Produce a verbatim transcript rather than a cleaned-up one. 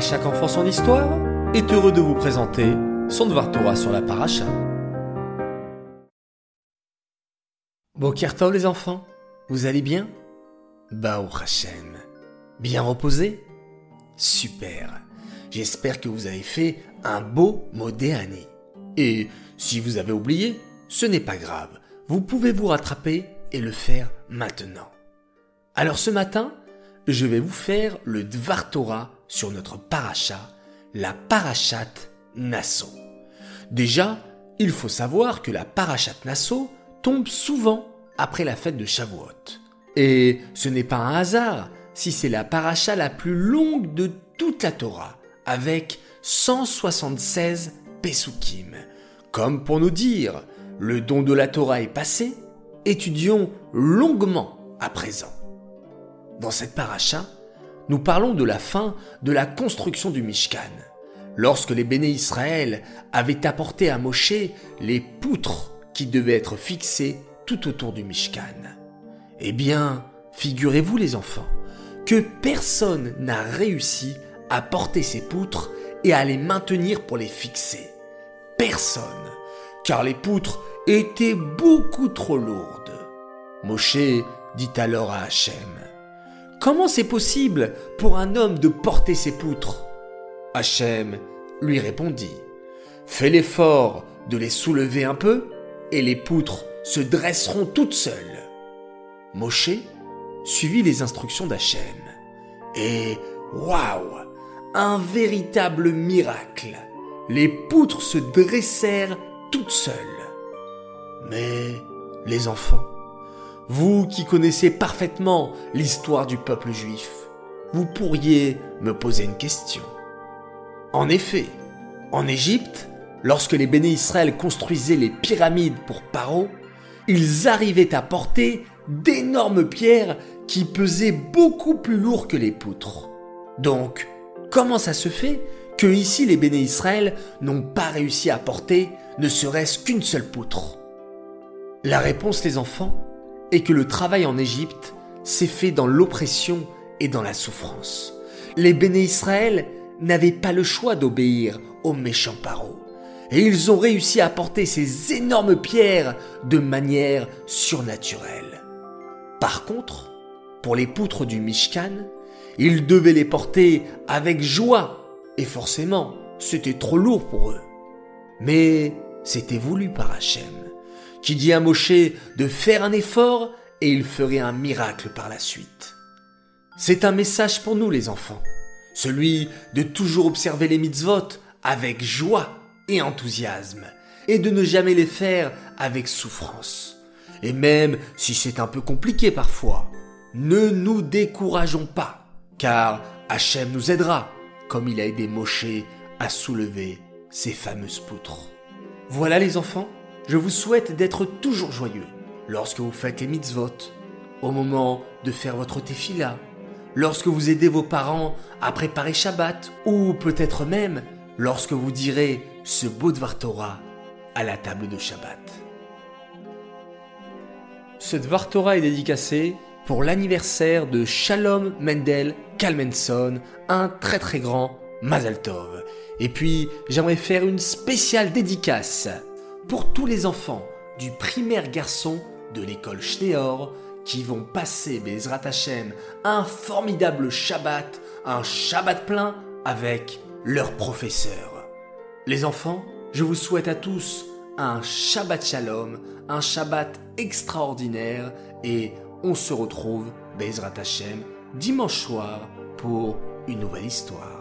chaque enfant son histoire est heureux de vous présenter son Dvar Torah sur la paracha. Boker Tov les enfants, vous allez bien? Baruch Hashem. Bien reposé? Super. J'espère que vous avez fait un beau Modeh Ani. Et si vous avez oublié, ce n'est pas grave. Vous pouvez vous rattraper et le faire maintenant. Alors ce matin, je vais vous faire le Dvar Torah sur notre paracha, la parachat Nasso. Déjà, il faut savoir que la parachat Nasso tombe souvent après la fête de Shavuot. Et ce n'est pas un hasard si c'est la paracha la plus longue de toute la Torah, avec cent soixante-seize Pesukim. Comme pour nous dire, le don de la Torah est passé, étudions longuement à présent. Dans cette paracha, nous parlons de la fin de la construction du Mishkan, lorsque les Béné Israël avaient apporté à Moshe les poutres qui devaient être fixées tout autour du Mishkan. Eh bien, figurez-vous les enfants, que personne n'a réussi à porter ces poutres et à les maintenir pour les fixer. Personne, car les poutres étaient beaucoup trop lourdes. Moshe dit alors à Hachem: comment c'est possible pour un homme de porter ces poutres? Hachem lui répondit: fais l'effort de les soulever un peu et les poutres se dresseront toutes seules. Moshe suivit les instructions d'Hachem et waouh, un véritable miracle! Les poutres se dressèrent toutes seules. Mais les enfants, vous qui connaissez parfaitement l'histoire du peuple juif, vous pourriez me poser une question. En effet, en Égypte, lorsque les Béné Israël construisaient les pyramides pour Paro, ils arrivaient à porter d'énormes pierres qui pesaient beaucoup plus lourd que les poutres. Donc, comment ça se fait que ici les Béné Israël n'ont pas réussi à porter ne serait-ce qu'une seule poutre? La réponse, les enfants, et que le travail en Égypte s'est fait dans l'oppression et dans la souffrance. Les Béné Israël n'avaient pas le choix d'obéir au méchant Paro. Et ils ont réussi à porter ces énormes pierres de manière surnaturelle. Par contre, pour les poutres du Mishkan, ils devaient les porter avec joie. Et forcément, c'était trop lourd pour eux. Mais c'était voulu par Hachem, qui dit à Moshe de faire un effort et il ferait un miracle par la suite. C'est un message pour nous les enfants, celui de toujours observer les mitzvot avec joie et enthousiasme, et de ne jamais les faire avec souffrance. Et même si c'est un peu compliqué parfois, ne nous décourageons pas, car Hachem nous aidera, comme il a aidé Moshe à soulever ces fameuses poutres. Voilà les enfants, je vous souhaite d'être toujours joyeux lorsque vous faites les mitzvot, au moment de faire votre tefila, lorsque vous aidez vos parents à préparer Shabbat, ou peut-être même lorsque vous direz ce beau Dvar Torah à la table de Shabbat. Ce Dvar Torah est dédicacé pour l'anniversaire de Shalom Mendel Kalmenson, un très très grand Mazal Tov. Et puis, j'aimerais faire une spéciale dédicace pour tous les enfants du primaire garçon de l'école Shneor qui vont passer, Bezrat Hashem, un formidable Shabbat, un Shabbat plein avec leur professeur. Les enfants, je vous souhaite à tous un Shabbat Shalom, un Shabbat extraordinaire et on se retrouve, Bezrat Hashem, dimanche soir pour une nouvelle histoire.